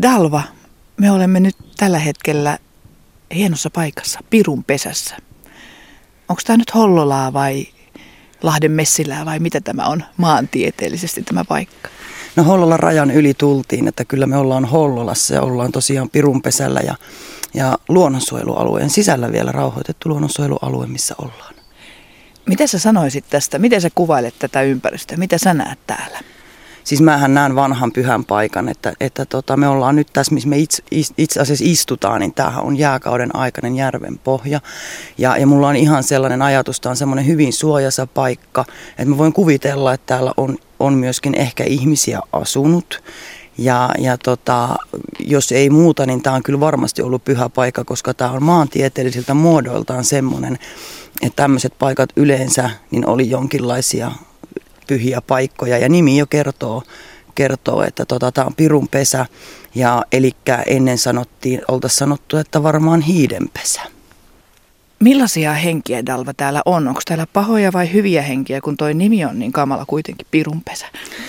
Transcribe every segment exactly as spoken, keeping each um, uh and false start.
Dalva, me olemme nyt tällä hetkellä hienossa paikassa, Pirun pesässä. Onko tämä nyt Hollolaa vai Lahden Messilää vai mitä tämä on maantieteellisesti tämä paikka? No Hollolan rajan yli tultiin, että kyllä me ollaan Hollolassa ja ollaan tosiaan Pirun pesällä ja, ja luonnonsuojelualueen sisällä vielä rauhoitettu luonnonsuojelualue, missä ollaan. Mitä sä sanoisit tästä? Miten sä kuvailet tätä ympäristöä? Mitä sä näet täällä? Siis mähän näen vanhan pyhän paikan, että, että tota, me ollaan nyt tässä, missä me itse, itse asiassa istutaan, niin tämähän on jääkauden aikainen järven pohja. Ja, ja mulla on ihan sellainen ajatus, tämä on semmoinen hyvin suojasa paikka, että mä voin kuvitella, että täällä on, on myöskin ehkä ihmisiä asunut. Ja, ja tota, jos ei muuta, niin tämä on kyllä varmasti ollut pyhä paikka, koska tämä on maantieteellisiltä muodoiltaan semmoinen, että tämmöiset paikat yleensä niin oli jonkinlaisia pyhiä paikkoja ja nimi jo kertoo, kertoo että tota, tämä on Pirun pesä ja elikkä ennen sanottiin, oltaisiin sanottu, että varmaan hiidenpesä. Millaisia henkiä, Dalva, täällä on? Onko täällä pahoja vai hyviä henkiä, kun toi nimi on niin kamala kuitenkin Pirun pesä?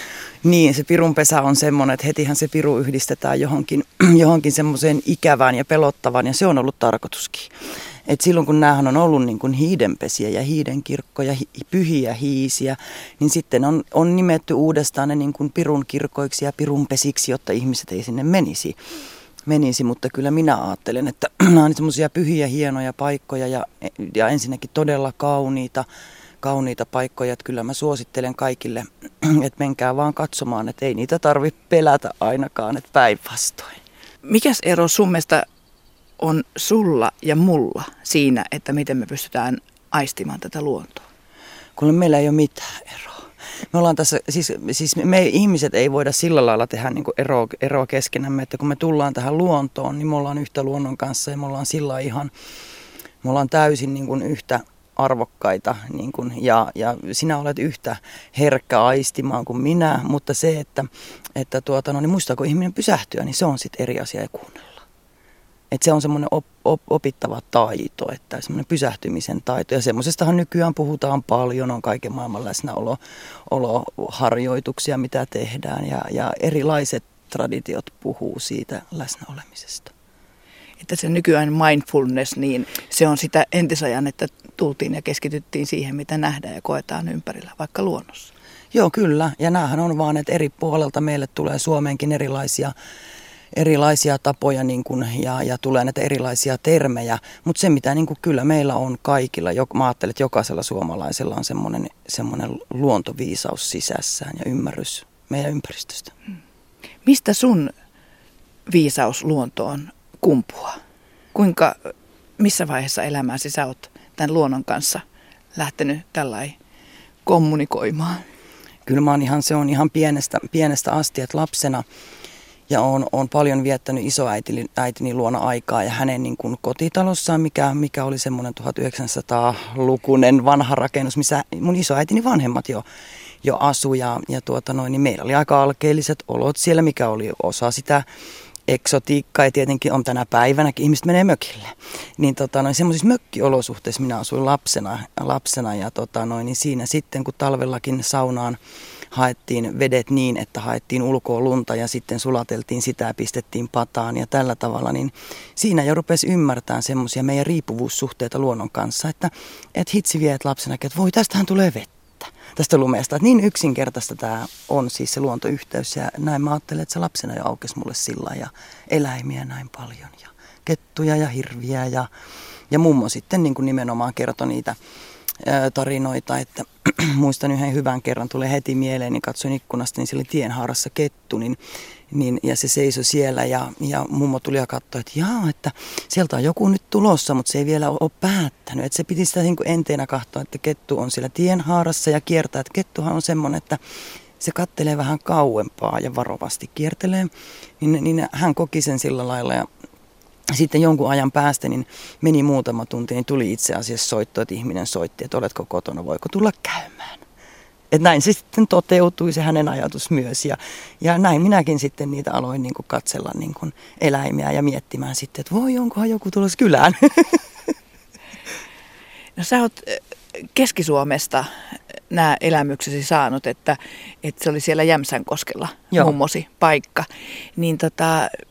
Niin, se Pirun pesä on semmoinen, että hetihän se piru yhdistetään johonkin, johonkin semmoiseen ikävään ja pelottavaan ja se on ollut tarkoituskin. Et silloin kun näähän on ollut niin kuin hiidenpesiä ja hiidenkirkkoja, hi, pyhiä hiisiä, niin sitten on, on nimetty uudestaan ne niin kuin Pirun kirkoiksi ja Pirun pesiksi, jotta ihmiset ei sinne menisi. menisi. Mutta kyllä minä ajattelen, että nämä on semmoisia pyhiä hienoja paikkoja ja, ja ensinnäkin todella kauniita, kauniita paikkoja. Että kyllä mä suosittelen kaikille, että menkää vaan katsomaan, että ei niitä tarvitse pelätä ainakaan, että päinvastoin. Mikäs ero sun mielestä on sulla ja mulla siinä, että miten me pystytään aistimaan tätä luontoa? Kun meillä ei ole mitään eroa. Me ollaan tässä, siis, siis me ihmiset ei voida sillä lailla tehdä niin kuin eroa, eroa keskenämme, että kun me tullaan tähän luontoon, niin me ollaan yhtä luonnon kanssa ja me ollaan sillä ihan, me ollaan täysin niin kuin yhtä arvokkaita niin kuin, ja, ja sinä olet yhtä herkkä aistimaan kuin minä, mutta se, että, että tuota, no, niin muistaako ihminen pysähtyä, niin se on sitten eri asia ja kuunnella. Että se on semmoinen op, op, opittava taito, että semmoinen pysähtymisen taito. Ja semmoisestahan nykyään puhutaan paljon, on kaiken maailman läsnäoloharjoituksia, mitä tehdään. Ja, ja erilaiset traditiot puhuu siitä läsnäolemisesta. Että se nykyään mindfulness, niin se on sitä entisajan, että tultiin ja keskityttiin siihen, mitä nähdään ja koetaan ympärillä, vaikka luonnossa. Joo, kyllä. Ja näähän on vaan, että eri puolelta meille tulee Suomeenkin erilaisia erilaisia tapoja niin kun, ja, ja tulee näitä erilaisia termejä, mutta se mitä niin kun, kyllä meillä on kaikilla, jo, mä ajattelen, että jokaisella suomalaisella on semmoinen, semmoinen luontoviisaus sisässään ja ymmärrys meidän ympäristöstä. Mistä sun viisaus luontoon kumpuaa? Kuinka, missä vaiheessa elämääsi sä oot tämän luonnon kanssa lähtenyt tällainen kommunikoimaan? Kyllä mä oon ihan, se on ihan pienestä, pienestä asti, että lapsena ja olen, olen paljon viettänyt isoäitini äitini luona aikaa ja hänen niin kuin kotitalossaan, mikä, mikä oli semmoinen tuhatyhdeksänsataalukuinen vanha rakennus, missä mun isoäitini vanhemmat jo, jo asui. Ja, ja tuota noin, niin meillä oli aika alkeelliset olot siellä, mikä oli osa sitä eksotiikkaa ja tietenkin on tänä päivänäkin ihmiset menee mökille. Niin tota noin, semmoisissa mökkiolosuhteissa minä asuin lapsena, lapsena ja tota noin, niin siinä sitten kun talvellakin saunaan haettiin vedet niin, että haettiin ulkoa lunta ja sitten sulateltiin sitä ja pistettiin pataan ja tällä tavalla, niin siinä jo rupesi ymmärtämään semmoisia meidän riippuvuussuhteita luonnon kanssa, että et hitsi vie, että lapsena, että voi tästähän tulee vettä, tästä lumesta. Että niin yksinkertaista tämä on siis se luontoyhteys ja näin mä ajattelen, että se lapsena jo aukesi mulle sillä ja eläimiä näin paljon ja kettuja ja hirviä ja, ja mummo sitten niin kuin nimenomaan kertoi niitä tarinoita, että muistan yhden hyvän kerran, tulee heti mieleen, niin katsoin ikkunasta, niin siellä oli tienhaarassa kettu, niin, niin, ja se seisoi siellä ja, ja mummo tuli ja katsoi, että jaa, että sieltä on joku nyt tulossa, mutta se ei vielä ole päättänyt. Että se piti sitä niin kuin enteenä katsoa, että kettu on siellä tienhaarassa ja kiertää, että kettuhan on semmoinen, että se kattelee vähän kauempaa ja varovasti kiertelee, niin, niin hän koki sen sillä lailla ja sitten jonkun ajan päästä niin meni muutama tunti, niin tuli itse asiassa soitto, että ihminen soitti, että oletko kotona, voiko tulla käymään. Että näin se sitten toteutui, se hänen ajatus myös. Ja, ja näin minäkin sitten niitä aloin niin kuin katsella niin kuin eläimiä ja miettimään sitten, että voi, onkohan joku tulossa kylään. No sä oot Keski-Suomesta nämä elämyksesi saanut, että, että se oli siellä Jämsänkoskella mummosi paikka. Niin tota,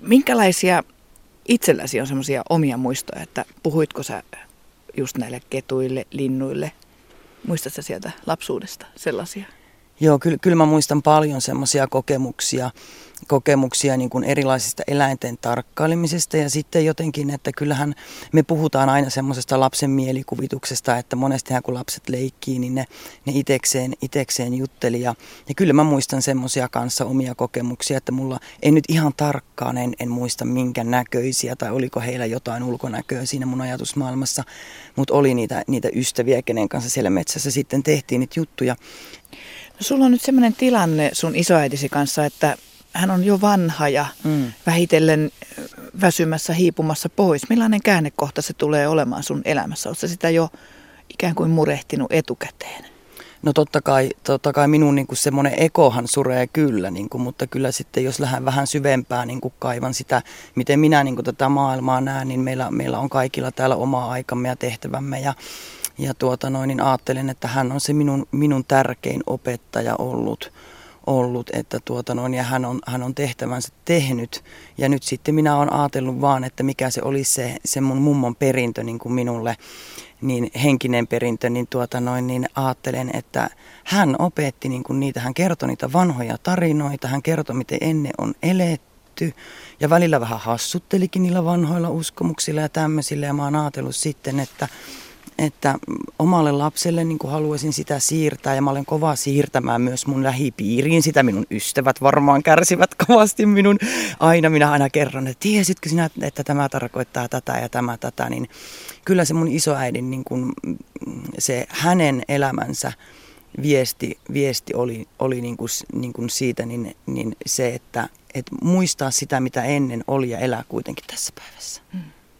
Minkälaisia itselläsi on semmoisia omia muistoja, että puhuitko sä just näille ketuille, linnuille? Muistatko sieltä lapsuudesta sellaisia? Joo, kyllä, kyllä mä muistan paljon semmoisia kokemuksia, kokemuksia niin kuin erilaisista eläinten tarkkailemisesta ja sitten jotenkin, että kyllähän me puhutaan aina semmoisesta lapsen mielikuvituksesta, että monestihan kun lapset leikkii, niin ne, ne itekseen, itekseen jutteli ja, ja kyllä mä muistan semmoisia kanssa omia kokemuksia, että mulla en nyt ihan tarkkaan, en, en muista minkä näköisiä tai oliko heillä jotain ulkonäköä siinä mun ajatusmaailmassa, mutta oli niitä, niitä ystäviä, kenen kanssa siellä metsässä sitten tehtiin niitä juttuja. No, sulla on nyt semmoinen tilanne sun isoäitisi kanssa, että hän on jo vanha ja mm. vähitellen väsymässä, hiipumassa pois. Millainen käännekohta se tulee olemaan sun elämässä? Oletko sitä jo ikään kuin murehtinut etukäteen? No totta kai, totta kai minun niin kuin semmoinen ekohan suree kyllä, niin kuin, mutta kyllä sitten jos lähden vähän syvempään niin kuin kaivan sitä, miten minä niin kuin tätä maailmaa näen, niin meillä, meillä on kaikilla täällä oma aikamme ja tehtävämme ja Ja tuota noin, niin ajattelen, että hän on se minun, minun tärkein opettaja ollut, ollut että tuota noin, ja hän on, hän on tehtävänsä tehnyt. Ja nyt sitten minä olen ajatellut vaan, että mikä se olisi se, se mun mummon perintö niin kuin minulle, niin henkinen perintö, niin, tuota noin, niin ajattelen, että hän opetti niin kuin niitä, hän kertoi niitä vanhoja tarinoita, hän kertoi miten ennen on eletty. Ja välillä vähän hassuttelikin niillä vanhoilla uskomuksilla ja tämmöisillä, ja mä oon ajatellut sitten, että että omalle lapselle niin kuin haluaisin sitä siirtää ja mä olen kova siirtämään myös mun lähipiiriin. Sitä minun ystävät varmaan kärsivät kovasti minun. Aina minä aina kerron, että tiesitkö sinä, että tämä tarkoittaa tätä ja tämä tätä. Niin kyllä se mun isoäidin, niin kuin, se hänen elämänsä viesti, viesti oli, oli niin kuin, niin kuin siitä niin, niin se, että, että muistaa sitä mitä ennen oli ja elää kuitenkin tässä päivässä. Hmm.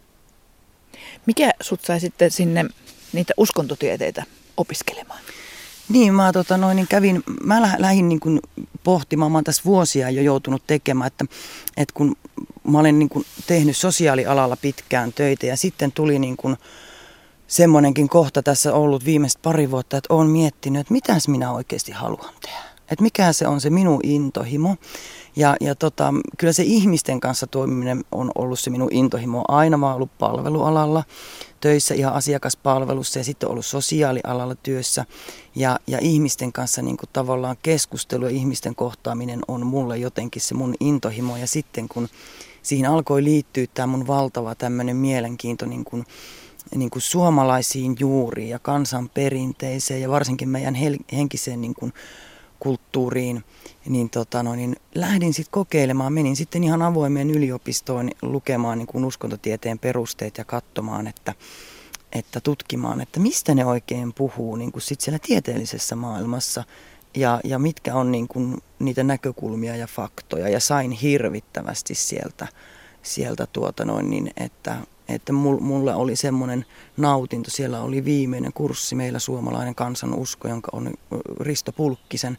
Mikä sut sai sitten sinne niitä uskontotieteitä opiskelemaan? Niin, mä, tota, noin, niin kävin, mä lä- lähdin niin kuin pohtimaan, mä oon tässä vuosia jo joutunut tekemään, että, että kun mä olen niin kuin tehnyt sosiaalialalla pitkään töitä ja sitten tuli niin kuin semmoinenkin kohta tässä ollut viimeiset pari vuotta, että oon miettinyt, että mitäs minä oikeasti haluan tehdä. Että mikä se on se minun intohimo. Ja, ja tota, kyllä se ihmisten kanssa toimiminen on ollut se minun intohimo. Aina mä oon ollut palvelualalla töissä, ihan asiakaspalvelussa ja sitten ollut sosiaalialalla työssä. Ja, ja ihmisten kanssa niin kuin tavallaan keskustelu ja ihmisten kohtaaminen on mulle jotenkin se mun intohimo. Ja sitten kun siihen alkoi liittyä tämä mun valtava tämmöinen mielenkiinto niin kuin, niin kuin suomalaisiin juuriin ja kansanperinteiseen ja varsinkin meidän hel- henkiseen niin kuin kulttuuriin, niin, tota, no, niin lähdin sitten kokeilemaan, menin sitten ihan avoimeen yliopistoon lukemaan niin kuin uskontotieteen perusteet ja katsomaan, että, että tutkimaan, että mistä ne oikein puhuu niin kuin sit siellä tieteellisessä maailmassa ja, ja mitkä on niin kuin niitä näkökulmia ja faktoja ja sain hirvittävästi sieltä, sieltä tuota noin, niin että että mulla oli semmoinen nautinto, siellä oli viimeinen kurssi meillä suomalainen kansanusko, jonka on Risto Pulkkisen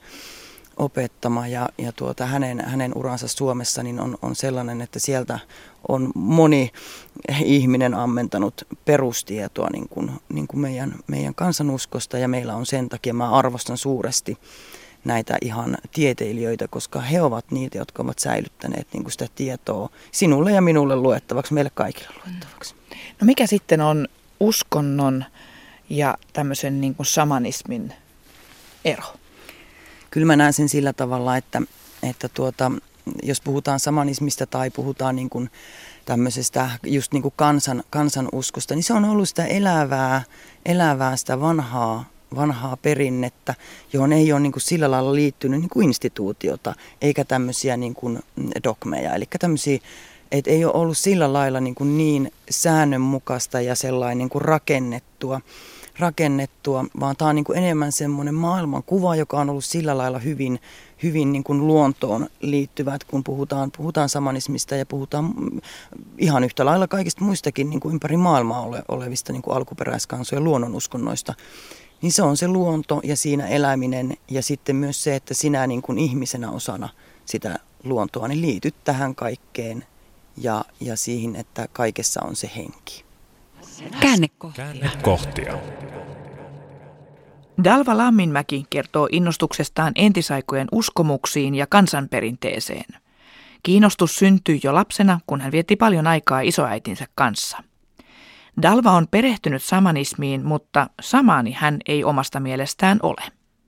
opettama ja, ja tuota, hänen, hänen uransa Suomessa niin on, on sellainen, että sieltä on moni ihminen ammentanut perustietoa niin kuin, niin kuin meidän, meidän kansanuskosta ja meillä on sen takia, mä arvostan suuresti näitä ihan tieteilijöitä, koska he ovat niitä, jotka ovat säilyttäneet niin kuin sitä tietoa sinulle ja minulle luettavaksi, meille kaikille luettavaksi. No mikä sitten on uskonnon ja tämmöisen niin kuin shamanismin ero? Kyllä mä näen sen sillä tavalla, että, että tuota, jos puhutaan shamanismista tai puhutaan niin kuin tämmöisestä just niin kuin kansan, kansanuskosta, niin se on ollut sitä elävää, elävää sitä vanhaa, vanhaa perinnettä, johon ei ole niin kuin sillä lailla liittynyt niin kuin instituutiota, eikä tämmöisiä niin kuin dogmeja. Eli tämmöisiä, että ei ole ollut sillä lailla niin, kuin niin säännönmukaista ja sellainen niin kuin rakennettua, rakennettua, vaan tämä on niin kuin enemmän semmoinen maailmankuva, joka on ollut sillä lailla hyvin, hyvin niin kuin luontoon liittyvät, kun puhutaan, puhutaan shamanismista ja puhutaan ihan yhtä lailla kaikista muistakin niin kuin ympäri maailmaa ole, olevista niin kuin alkuperäiskansojen luonnonuskonnoista. Niin se on se luonto ja siinä eläminen ja sitten myös se, että sinä niin kuin ihmisenä osana sitä luontoa niin liityt tähän kaikkeen ja, ja siihen, että kaikessa on se henki. Käännekohtia. Käännekohtia. Dalva Lamminmäki kertoo innostuksestaan entisaikojen uskomuksiin ja kansanperinteeseen. Kiinnostus syntyi jo lapsena, kun hän vietti paljon aikaa isoäitinsä kanssa. Dalva on perehtynyt samanismiin, mutta samaani hän ei omasta mielestään ole.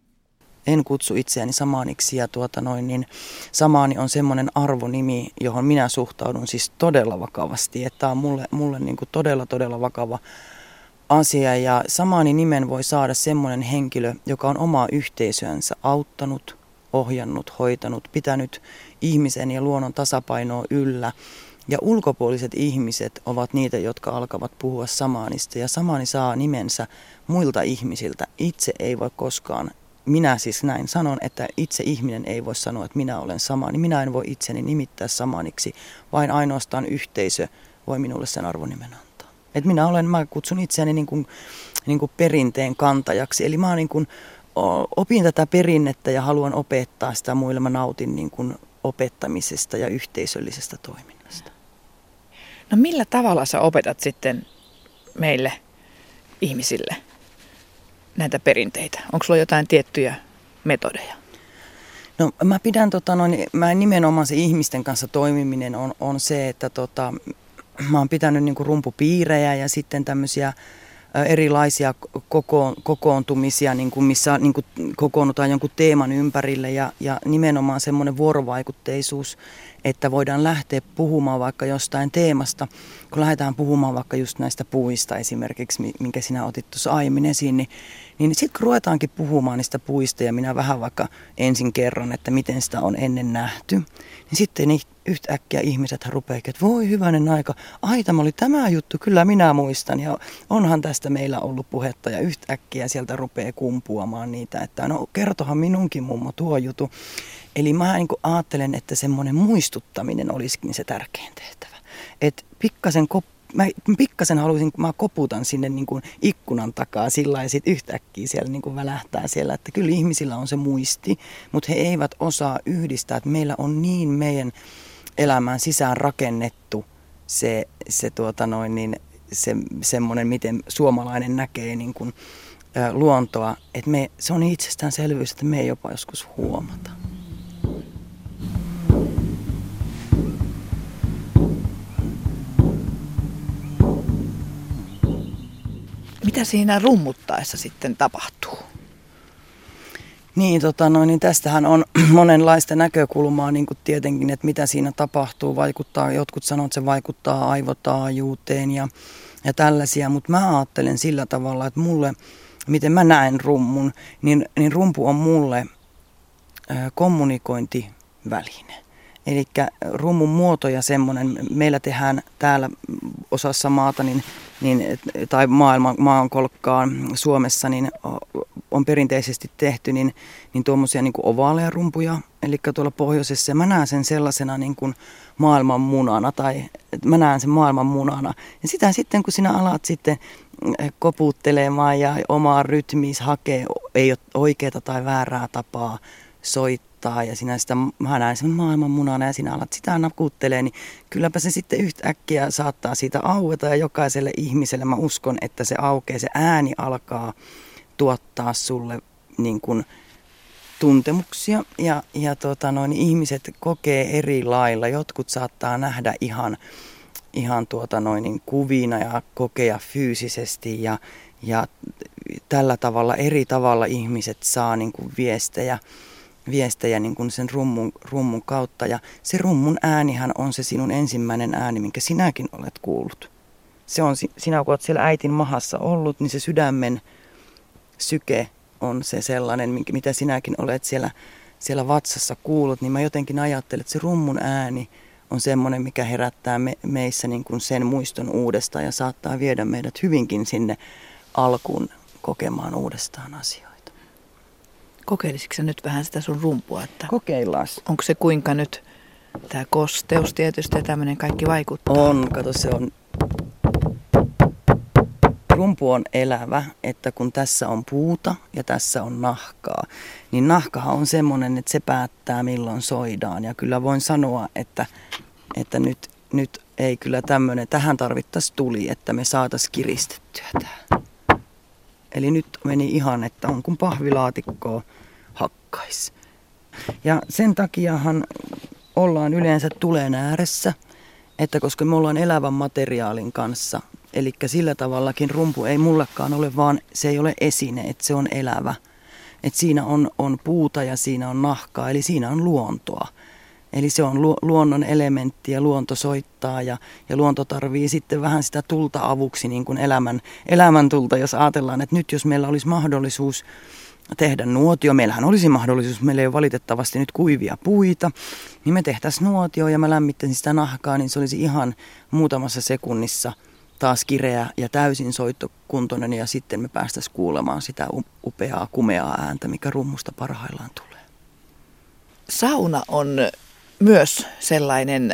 En kutsu itseäni samaaniksi ja tuota noin, niin samaani on semmoinen arvonimi, johon minä suhtaudun siis todella vakavasti. Että tämä on mulle, mulle niin kuin todella todella vakava asia ja samaani nimen voi saada semmoinen henkilö, joka on omaa yhteisöänsä auttanut, ohjannut, hoitanut, pitänyt ihmisen ja luonnon tasapainoa yllä. Ja ulkopuoliset ihmiset ovat niitä, jotka alkavat puhua samaanista ja samaani saa nimensä muilta ihmisiltä. Itse ei voi koskaan. Minä siis näin sanon, että itse ihminen ei voi sanoa, että minä olen samaani. Minä en voi itseni nimittää samaaniksi, vain ainoastaan yhteisö voi minulle sen arvonimen antaa. Et minä olen, mä kutsun itseäni niin kuin, niin kuin perinteen kantajaksi. Eli mä niin kuin opin tätä perinnettä ja haluan opettaa sitä muille. Mä nautin niin kuin opettamisesta ja yhteisöllisestä toiminnasta. No millä tavalla sä opetat sitten meille ihmisille näitä perinteitä? Onko sulla jotain tiettyjä metodeja? No mä pidän, tota, noin, mä nimenomaan se ihmisten kanssa toimiminen on, on se, että tota, mä oon pitänyt niinku rumpupiirejä ja sitten tämmöisiä erilaisia kokoon, kokoontumisia, niin kuin missä niin kuin kokoonnutaan jonkun teeman ympärille ja, ja nimenomaan semmoinen vuorovaikutteisuus, että voidaan lähteä puhumaan vaikka jostain teemasta. Kun lähdetään puhumaan vaikka just näistä puista esimerkiksi, minkä sinä otit tuossa aiemmin esiin, niin, niin sitten kun ruvetaankin puhumaan niistä puista ja minä vähän vaikka ensin kerron, että miten sitä on ennen nähty, niin sitten niin yhtäkkiä ihmiset rupeavat, että voi hyvänen aika, ai tämä oli tämä juttu, kyllä minä muistan ja onhan tästä meillä ollut puhetta ja yhtäkkiä sieltä rupeaa kumpuamaan niitä, että no kertohan minunkin mummo tuo jutu. Eli mä niin kuin ajattelen, että semmoinen muistuttaminen olisikin se tärkein tehtävä. Että pikkasen, mä pikkasen haluaisin, kun mä koputan sinne niin kuin ikkunan takaa sillä ja sitten yhtäkkiä siellä niin kuin välähtää siellä, että kyllä ihmisillä on se muisti, mutta he eivät osaa yhdistää, että meillä on niin meidän elämään sisään rakennettu se, se, tuota noin, niin, se semmoinen, miten suomalainen näkee niin kuin, ä, luontoa, että me, se on itsestäänselvyys, että me ei jopa joskus huomata. Mitä siinä rummuttaessa sitten tapahtuu? Niin, tota noin, niin tästähän on monenlaista näkökulmaa niin kuin tietenkin, että mitä siinä tapahtuu. Vaikuttaa, jotkut sanoo, että se vaikuttaa aivotaajuuteen ja, ja tällaisia, mutta mä ajattelen sillä tavalla, että mulle, miten mä näen rummun, niin, niin rumpu on mulle ä, kommunikointiväline. Eli rummun muoto ja semmoinen, meillä tehdään täällä osassa maata niin, niin, tai maailman, maankolkkaan Suomessa niin on perinteisesti tehty niin, niin tuommoisia niin kuin ovaaleja rumpuja. Eli tuolla pohjoisessa mä näen sen sellaisena niin kuin maailman munana tai mä näen sen maailman munana. Ja sitä sitten kun sinä alat sitten koputtelemaan ja omaa rytmiis hakee, ei ole oikeaa tai väärää tapaa soittaa. Ja sinä sitä, mä näen sen maailman munana ja sinä alat sitä nakuttelee, niin kylläpä se sitten yhtäkkiä saattaa siitä aueta ja jokaiselle ihmiselle mä uskon, että se aukeaa, se ääni alkaa tuottaa sulle niin kuin tuntemuksia ja, ja tota noin, ihmiset kokee eri lailla. Jotkut saattaa nähdä ihan, ihan tuota noin, kuvina ja kokea fyysisesti ja, ja tällä tavalla eri tavalla ihmiset saa niin kuin viestejä. viestejä niin kuin sen rummun, rummun kautta. Ja se rummun äänihän on se sinun ensimmäinen ääni, minkä sinäkin olet kuullut. Se on, sinä kun olet siellä äitin mahassa ollut, niin se sydämen syke on se sellainen, mitä sinäkin olet siellä, siellä vatsassa kuullut. Niin mä jotenkin ajattelen, että se rummun ääni on semmoinen, mikä herättää me, meissä niin kuin sen muiston uudestaan ja saattaa viedä meidät hyvinkin sinne alkuun kokemaan uudestaan asioita. Kokeilisitko sä nyt vähän sitä sun rumpua? Että kokeillaan. Onko se kuinka nyt, tämä kosteus tietysti ja tämmöinen kaikki vaikuttaa? On, kato se on. Rumpu on elävä, että kun tässä on puuta ja tässä on nahkaa, niin nahkahan on semmoinen, että se päättää milloin soidaan. Ja kyllä voin sanoa, että, että nyt, nyt ei kyllä tämmöinen, tähän tarvittaisi tuli, että me saataisiin kiristettyä tämä. Eli nyt meni ihan, että on kun pahvilaatikkoa hakkaisi. Ja sen takiahan ollaan yleensä tulen ääressä, että koska me ollaan elävän materiaalin kanssa, eli sillä tavallakin rumpu ei mullekaan ole, vaan se ei ole esine, että se on elävä. Että siinä on, on puuta ja siinä on nahkaa, eli siinä on luontoa. Eli se on lu, luonnon elementti ja luonto soittaa ja, ja luonto tarvii sitten vähän sitä tulta avuksi, niin kuin elämän, elämän tulta, jos ajatellaan, että nyt jos meillä olisi mahdollisuus tehdä nuotio, meillähän olisi mahdollisuus, meillä ei ole valitettavasti nyt kuivia puita, niin me tehtäisiin nuotio ja mä lämmittäisin sitä nahkaa, niin se olisi ihan muutamassa sekunnissa taas kireä ja täysin soittokuntoinen ja sitten me päästäisiin kuulemaan sitä upeaa, kumeaa ääntä, mikä rummusta parhaillaan tulee. Sauna on myös sellainen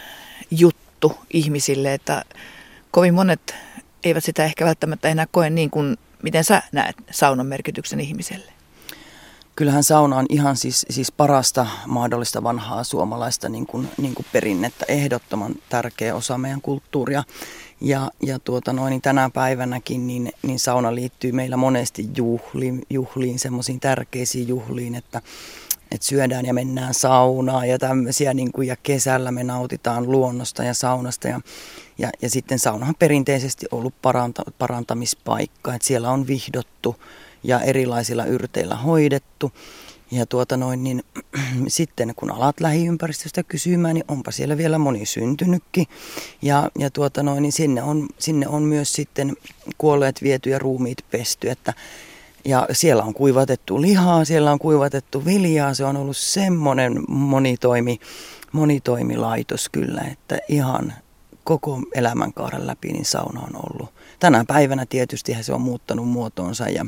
juttu ihmisille, että kovin monet eivät sitä ehkä välttämättä enää koe niin kuin miten sä näet saunan merkityksen ihmiselle? Kyllähän sauna on ihan siis, siis parasta mahdollista vanhaa suomalaista niin kuin, niin kuin perinnettä, ehdottoman tärkeä osa meidän kulttuuria. Ja, ja tuota noin, niin tänä päivänäkin niin, niin sauna liittyy meillä monesti juhliin, juhliin semmoisiin tärkeisiin juhliin, että, että syödään ja mennään saunaan ja tämmöisiä, niin kuin, ja kesällä me nautitaan luonnosta ja saunasta. Ja, ja, ja sitten sauna on perinteisesti ollut paranta, parantamispaikka, että siellä on vihdottu ja erilaisilla yrteillä hoidettu. Ja tuota noin, niin sitten kun alat lähiympäristöstä kysymään, niin onpa siellä vielä moni syntynytkin. Ja, ja tuota noin, niin sinne on, sinne on myös sitten kuolleet viety ja ruumiit pesty. Että, ja siellä on kuivatettu lihaa, siellä on kuivatettu viljaa. Se on ollut semmoinen monitoimi, monitoimilaitos kyllä, että ihan koko elämänkaaren läpi niin sauna on ollut. Tänä päivänä tietysti se on muuttanut muotoonsa ja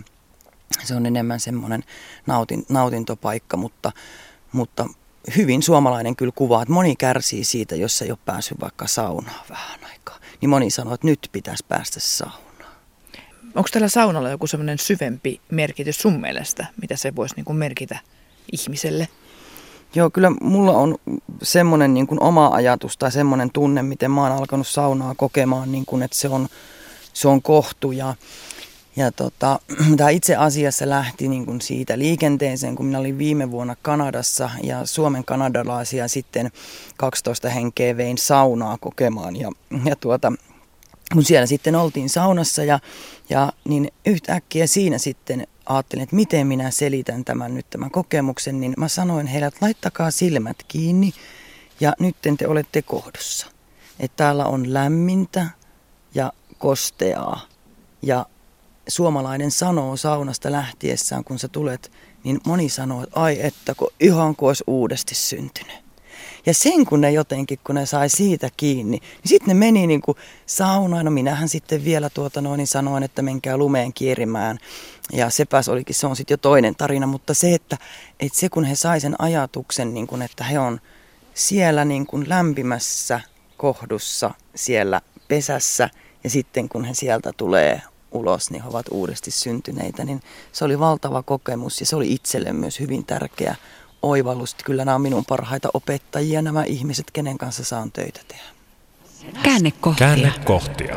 se on enemmän semmoinen nautin, nautintopaikka, mutta, mutta hyvin suomalainen kyllä kuva, että moni kärsii siitä, jos ei ole päässyt vaikka saunaan vähän aikaa. Niin moni sanoo, että nyt pitäisi päästä saunaan. Onko tällä saunalla joku semmoinen syvempi merkitys sun mielestä, mitä se voisi niin kuin merkitä ihmiselle? Joo, kyllä mulla on semmoinen niin kuin oma ajatus tai semmoinen tunne, miten mä oon alkanut saunaa kokemaan, niin kuin, että se on, se on kohtu ja Ja tota, tämä itse asiassa lähti niin kuin siitä liikenteeseen, kun minä olin viime vuonna Kanadassa ja Suomen kanadalaisia sitten kaksitoista henkeä vein saunaa kokemaan. Ja, ja tuota, kun siellä sitten oltiin saunassa ja, ja niin yhtäkkiä siinä sitten ajattelin, että miten minä selitän tämän nyt tämän kokemuksen, niin mä sanoin heille, että laittakaa silmät kiinni ja nyt te olette kohdussa. Että täällä on lämmintä ja kosteaa ja suomalainen sanoo saunasta lähtiessään, kun sä tulet, niin moni sanoo, että ai että, kun ihan kuin olisi uudesti syntynyt. Ja sen kun ne jotenkin, kun ne sai siitä kiinni, niin sitten ne meni niin kuin saunaan. No minähän sitten vielä tuota noin, niin sanoin, että menkää lumeen kierimään. Ja sepäs olikin, se on sitten jo toinen tarina. Mutta se, että, että se kun he sai sen ajatuksen, niin kuin, että he on siellä niin kuin lämpimässä kohdussa, siellä pesässä. Ja sitten kun he sieltä tulee ulos, niin he ovat uudesti syntyneitä, niin se oli valtava kokemus ja se oli itselle myös hyvin tärkeä oivallus. Kyllä nämä on minun parhaita opettajia, nämä ihmiset, kenen kanssa saan töitä tehdä. Käännekohtia. Käännekohtia.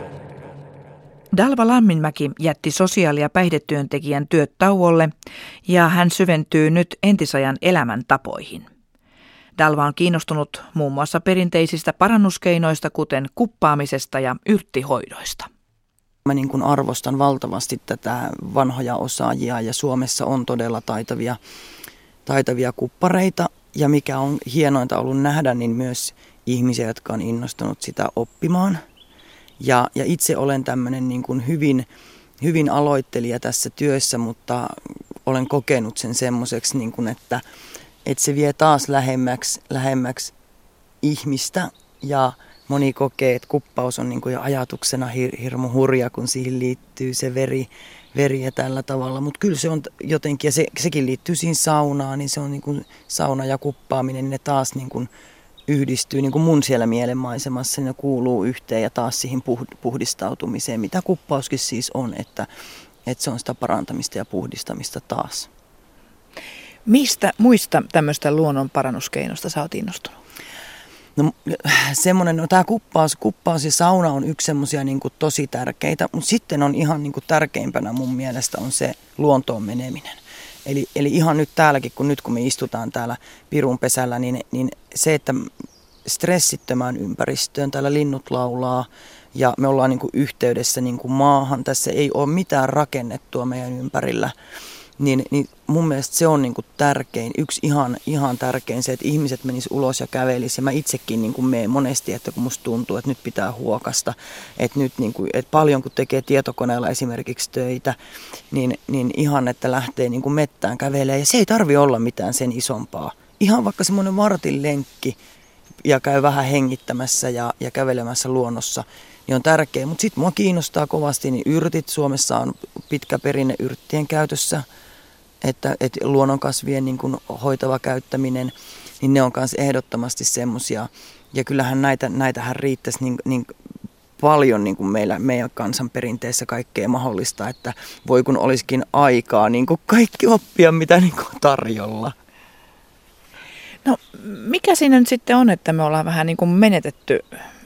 Dalva Lamminmäki jätti sosiaali- ja päihdetyöntekijän työt tauolle ja hän syventyy nyt entisajan elämäntapoihin. Dalva on kiinnostunut muun muassa perinteisistä parannuskeinoista, kuten kuppaamisesta ja yrttihoidoista. Mä niin kuin arvostan valtavasti tätä vanhoja osaajia ja Suomessa on todella taitavia, taitavia kuppareita. Ja mikä on hienointa ollut nähdä, niin myös ihmisiä, jotka on innostunut sitä oppimaan. Ja, ja itse olen tämmöinen niin kuin hyvin, hyvin aloittelija tässä työssä, mutta olen kokenut sen semmoiseksi, niin kuin että, että se vie taas lähemmäksi, lähemmäksi ihmistä ja moni kokee, että kuppaus on niin kuin jo ajatuksena hir- hirmu hurja, kun siihen liittyy se veri, veri ja tällä tavalla. Mutta kyllä se on jotenkin, ja se, sekin liittyy siihen saunaan, niin se on niin kuin sauna ja kuppaaminen, niin ne taas niin kuin yhdistyy niin kuin mun siellä mielenmaisemassa, niin ne kuuluu yhteen ja taas siihen puh- puhdistautumiseen, mitä kuppauskin siis on, että, että se on sitä parantamista ja puhdistamista taas. Mistä muista tämmöistä luonnon parannuskeinosta sä oot innostunut? No semmoinen, no tämä kuppaus, kuppaus ja sauna on yksi semmoisia niin kuin tosi tärkeitä, mutta sitten on ihan niin kuin tärkeimpänä mun mielestä on se luontoon meneminen. Eli, eli ihan nyt täälläkin, kun nyt kun me istutaan täällä Pirun pesällä, niin, niin se, että stressittömään ympäristöön, täällä linnut laulaa ja me ollaan niin kuin yhteydessä niin kuin maahan, tässä ei ole mitään rakennettua meidän ympärillä, niin, niin mun mielestä se on niin kuin tärkein, yksi ihan, ihan tärkein se, että ihmiset menis ulos ja kävelis. Ja mä itsekin niin kuin menen monesti, että kun musta tuntuu, että nyt pitää huokasta, että nyt niin kuin, että paljon kun tekee tietokoneella esimerkiksi töitä, niin, niin ihan, että lähtee niin kuin mettään kävelemään. Ja se ei tarvi olla mitään sen isompaa. Ihan vaikka semmoinen vartin lenkki ja käy vähän hengittämässä ja, ja kävelemässä luonnossa, niin on tärkeä. Mutta sitten mua kiinnostaa kovasti, niin yrtit. Suomessa on pitkä perinne yrttien käytössä. Että, että luonnonkasvien niin kuin hoitava käyttäminen, niin ne on myös ehdottomasti semmoisia. Ja kyllähän näitä, näitähän riittäisi niin, niin paljon niin kuin meillä, meidän kansanperinteessä kaikkea mahdollista, että voi kun olisikin aikaa niin kuin kaikki oppia, mitä niin kuin tarjolla. No mikä siinä nyt sitten on, että me ollaan vähän niin kuin menetetty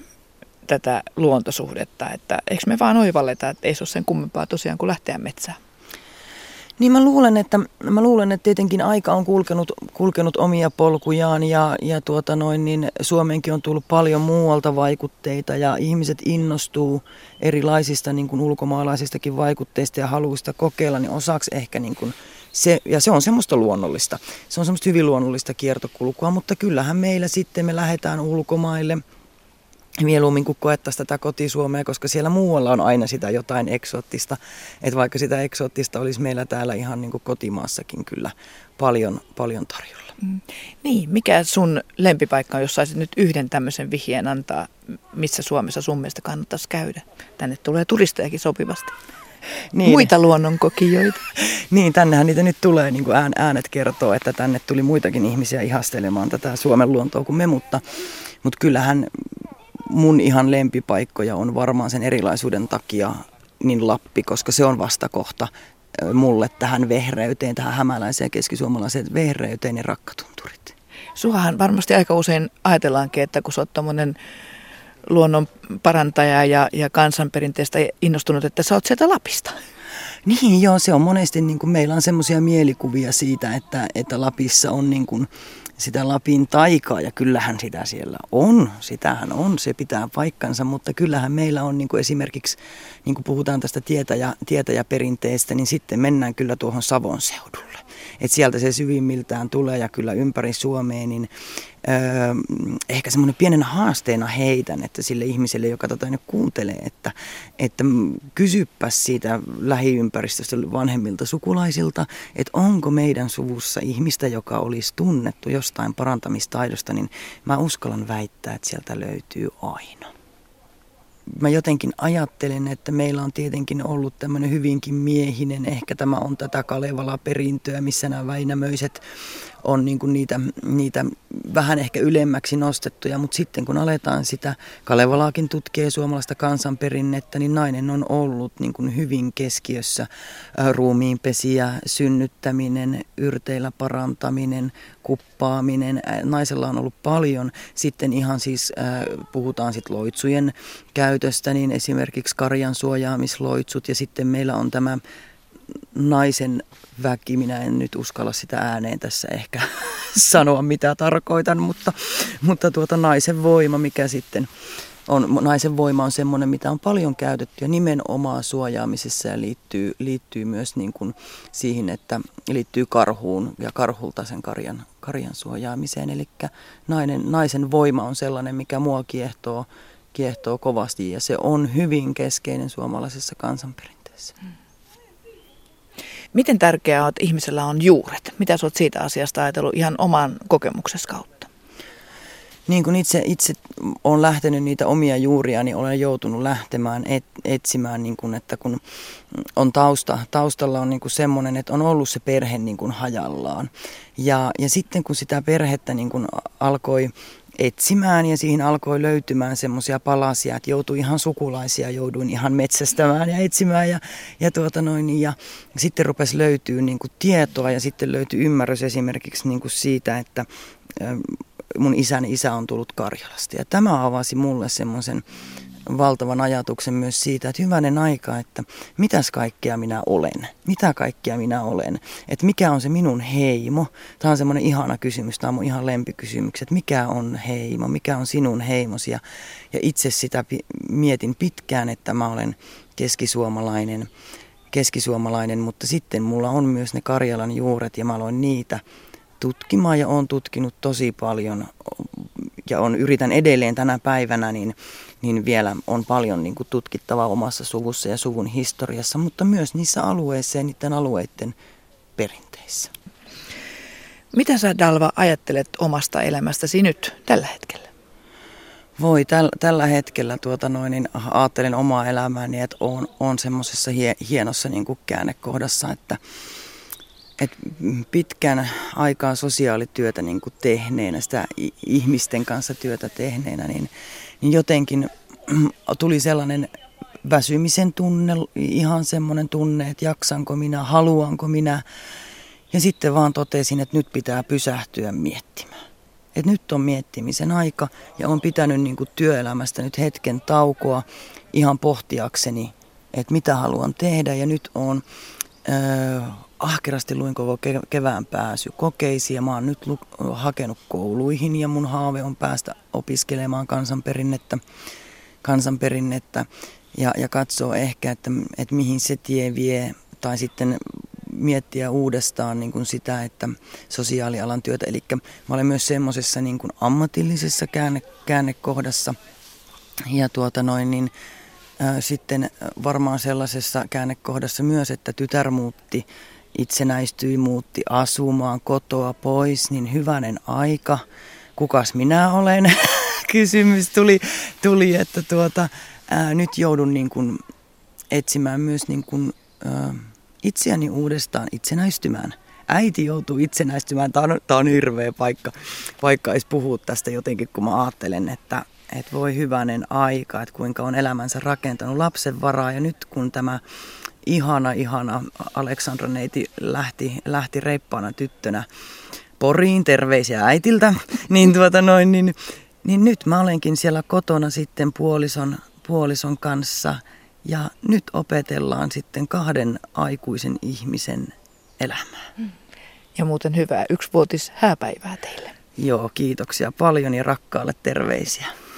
tätä luontosuhdetta, että eikö me vaan oivalleta, että ei se ole sen kummempaa tosiaan kuin lähteä metsään? Niin mä luulen, että, mä luulen, että tietenkin aika on kulkenut, kulkenut omia polkujaan ja, ja tuota noin, niin Suomeenkin on tullut paljon muualta vaikutteita ja ihmiset innostuu erilaisista niin kuin ulkomaalaisistakin vaikutteista ja haluista kokeilla, niin osaksi ehkä niin kuin se, ja se on semmoista luonnollista, se on semmoista hyvin luonnollista kiertokulkua, mutta kyllähän meillä sitten me lähdetään ulkomaille mieluummin kuin koettaisiin tätä kotisuomea, koska siellä muualla on aina sitä jotain eksoottista. Että vaikka sitä eksoottista olisi meillä täällä ihan niin kuin kotimaassakin kyllä paljon, paljon tarjolla. Mm. Niin, mikä sun lempipaikka on, jos saisit nyt yhden tämmöisen vihjeen antaa, missä Suomessa sun mielestä kannattaisi käydä? Tänne tulee turistejakin sopivasti. Niin. Muita luonnonkokijoita. Niin, tännehän niitä nyt tulee, niin kuin äänet kertoo, että tänne tuli muitakin ihmisiä ihastelemaan tätä Suomen luontoa kuin me, mutta, mutta kyllähän mun ihan lempipaikkoja on varmaan sen erilaisuuden takia niin Lappi, koska se on vastakohta mulle tähän vehreyteen, tähän hämäläiseen keskisuomalaiseen vehreyteen ja rakkatunturit. Suhahan varmasti aika usein ajatellaankin, että kun sä oot tommonen luonnon parantaja ja, ja kansanperinteestä innostunut, että sä oot sieltä Lapista. Niin joo, se on monesti, niin kuin meillä on semmoisia mielikuvia siitä, että, että Lapissa on niin kuin sitä Lapin taikaa, ja kyllähän sitä siellä on, sitähän on, se pitää paikkansa, mutta kyllähän meillä on niin kuin esimerkiksi, niin kuin puhutaan tästä tietäjä, tietäjäperinteestä, niin sitten mennään kyllä tuohon Savon seudulle. Että sieltä se syvimmiltään tulee ja kyllä ympäri Suomea, niin öö, ehkä semmoinen pienenä haasteena heitän, että sille ihmiselle, joka tätä nyt kuuntelee, että, että kysypäs siitä lähiympäristöstä vanhemmilta sukulaisilta, että onko meidän suvussa ihmistä, joka olisi tunnettu jostain parantamistaidosta, niin mä uskallan väittää, että sieltä löytyy aina. Mä jotenkin ajattelen, että meillä on tietenkin ollut tämmöinen hyvinkin miehinen, ehkä tämä on tätä Kalevala-perintöä, missä nämä Väinämöiset on niin kuin niitä, niitä vähän ehkä ylemmäksi nostettuja, mutta sitten kun aletaan sitä Kalevalaakin tutkia suomalaista kansanperinnettä, niin nainen on ollut niin kuin hyvin keskiössä. Ruumiinpesiä, synnyttäminen, yrteillä parantaminen, kuppaaminen. Naisella on ollut paljon. Sitten ihan siis äh, puhutaan sit loitsujen käytöstä, niin esimerkiksi karjan suojaamisloitsut, ja sitten meillä on tämä naisen väki, minä en nyt uskalla sitä ääneen tässä ehkä sanoa mitä tarkoitan, mutta, mutta tuota naisen voima, mikä sitten on, naisen voima on semmoinen, mitä on paljon käytetty ja nimenomaan suojaamisessa ja liittyy, liittyy myös niin kuin siihen, että liittyy karhuun ja karhulta sen karjan, karjan suojaamiseen. Eli nainen, naisen voima on sellainen, mikä mua kiehtoo, kiehtoo kovasti ja se on hyvin keskeinen suomalaisessa kansanperinteessä. Hmm. Miten tärkeää on, että ihmisellä on juuret? Mitä sä oot siitä asiasta ajatellut ihan oman kokemuksesi kautta? Niin kun itse, itse olen lähtenyt niitä omia juuria, niin olen joutunut lähtemään et, etsimään, niin kun, että kun on tausta, taustalla on niin kun semmoinen, että on ollut se perhe niin kun hajallaan. Ja, ja sitten kun sitä perhettä niin kun alkoi etsimään ja siihen alkoi löytymään semmoisia palasia, että joutui ihan sukulaisia, jouduin ihan metsästämään ja etsimään ja, ja, tuota noin, ja sitten rupesi löytyä niin kuin tietoa ja sitten löytyi ymmärrys esimerkiksi niin kuin siitä, että mun isäni isä on tullut Karjalasta ja tämä avasi mulle semmoisen valtavan ajatuksen myös siitä, että hyvänen aika, että mitäs kaikkea minä olen, mitä kaikkea minä olen, että mikä on se minun heimo. Tämä on semmoinen ihana kysymys, tämä on mun ihan lempikysymys, että mikä on heimo, mikä on sinun heimosi. Ja, ja itse sitä mietin pitkään, että mä olen keskisuomalainen, keskisuomalainen, mutta sitten mulla on myös ne Karjalan juuret ja mä aloin niitä tutkimaan ja olen tutkinut tosi paljon ja on, yritän edelleen tänä päivänä, niin, niin vielä on paljon niin kuin tutkittavaa omassa suvussa ja suvun historiassa, mutta myös niissä alueissa ja niiden alueiden perinteissä. Mitä sä, Dalva, ajattelet omasta elämästäsi nyt tällä hetkellä? Voi, täl, tällä hetkellä tuota noin, niin ajattelen omaa elämääni, että olen, olen semmoisessa hie, hienossa niin kuin käännekohdassa, että Et pitkän aikaa sosiaalityötä niin kuin tehneenä, sitä ihmisten kanssa työtä tehneenä, niin, niin jotenkin tuli sellainen väsymisen tunne, ihan semmoinen tunne, että jaksanko minä, haluanko minä. Ja sitten vaan totesin, että nyt pitää pysähtyä miettimään. Että nyt on miettimisen aika ja on pitänyt niin kuin työelämästä nyt hetken taukoa ihan pohtiakseni, että mitä haluan tehdä. Ja nyt on Öö, ahkerasti luin koko kevään pääsy kokeisiin ja mä oon nyt lu- hakenut kouluihin ja mun haave on päästä opiskelemaan kansanperinnettä, kansanperinnettä ja, ja katsoo ehkä, että, että mihin se tie vie tai sitten miettiä uudestaan niin kuin sitä, että sosiaalialan työtä. Eli mä olen myös semmoisessa niin kuin ammatillisessa käänne, käännekohdassa ja tuota noin niin sitten varmaan sellaisessa käännekohdassa myös, että tytär muutti, itsenäistyi, muutti asumaan kotoa pois, niin hyvänen aika. Kukas minä olen? Kysymys tuli, tuli että tuota, ää, nyt joudun niin kuin etsimään myös niin kuin, ää, itseäni uudestaan itsenäistymään. Äiti joutuu itsenäistymään. Tämä on, tämä on hirveä paikka, paikka edes puhua tästä jotenkin, kun mä ajattelen, että että voi hyvänen aika, että kuinka on elämänsä rakentanut lapsen varaa. Ja nyt kun tämä ihana, ihana Aleksandra neiti lähti, lähti reippaana tyttönä Poriin, terveisiä äitiltä, niin, tuota noin, niin, niin nyt mä olenkin siellä kotona sitten puolison, puolison kanssa. Ja nyt opetellaan sitten kahden aikuisen ihmisen elämää. Ja muuten hyvää yksivuotis hääpäivää teille. Joo, kiitoksia paljon ja rakkaalle terveisiä.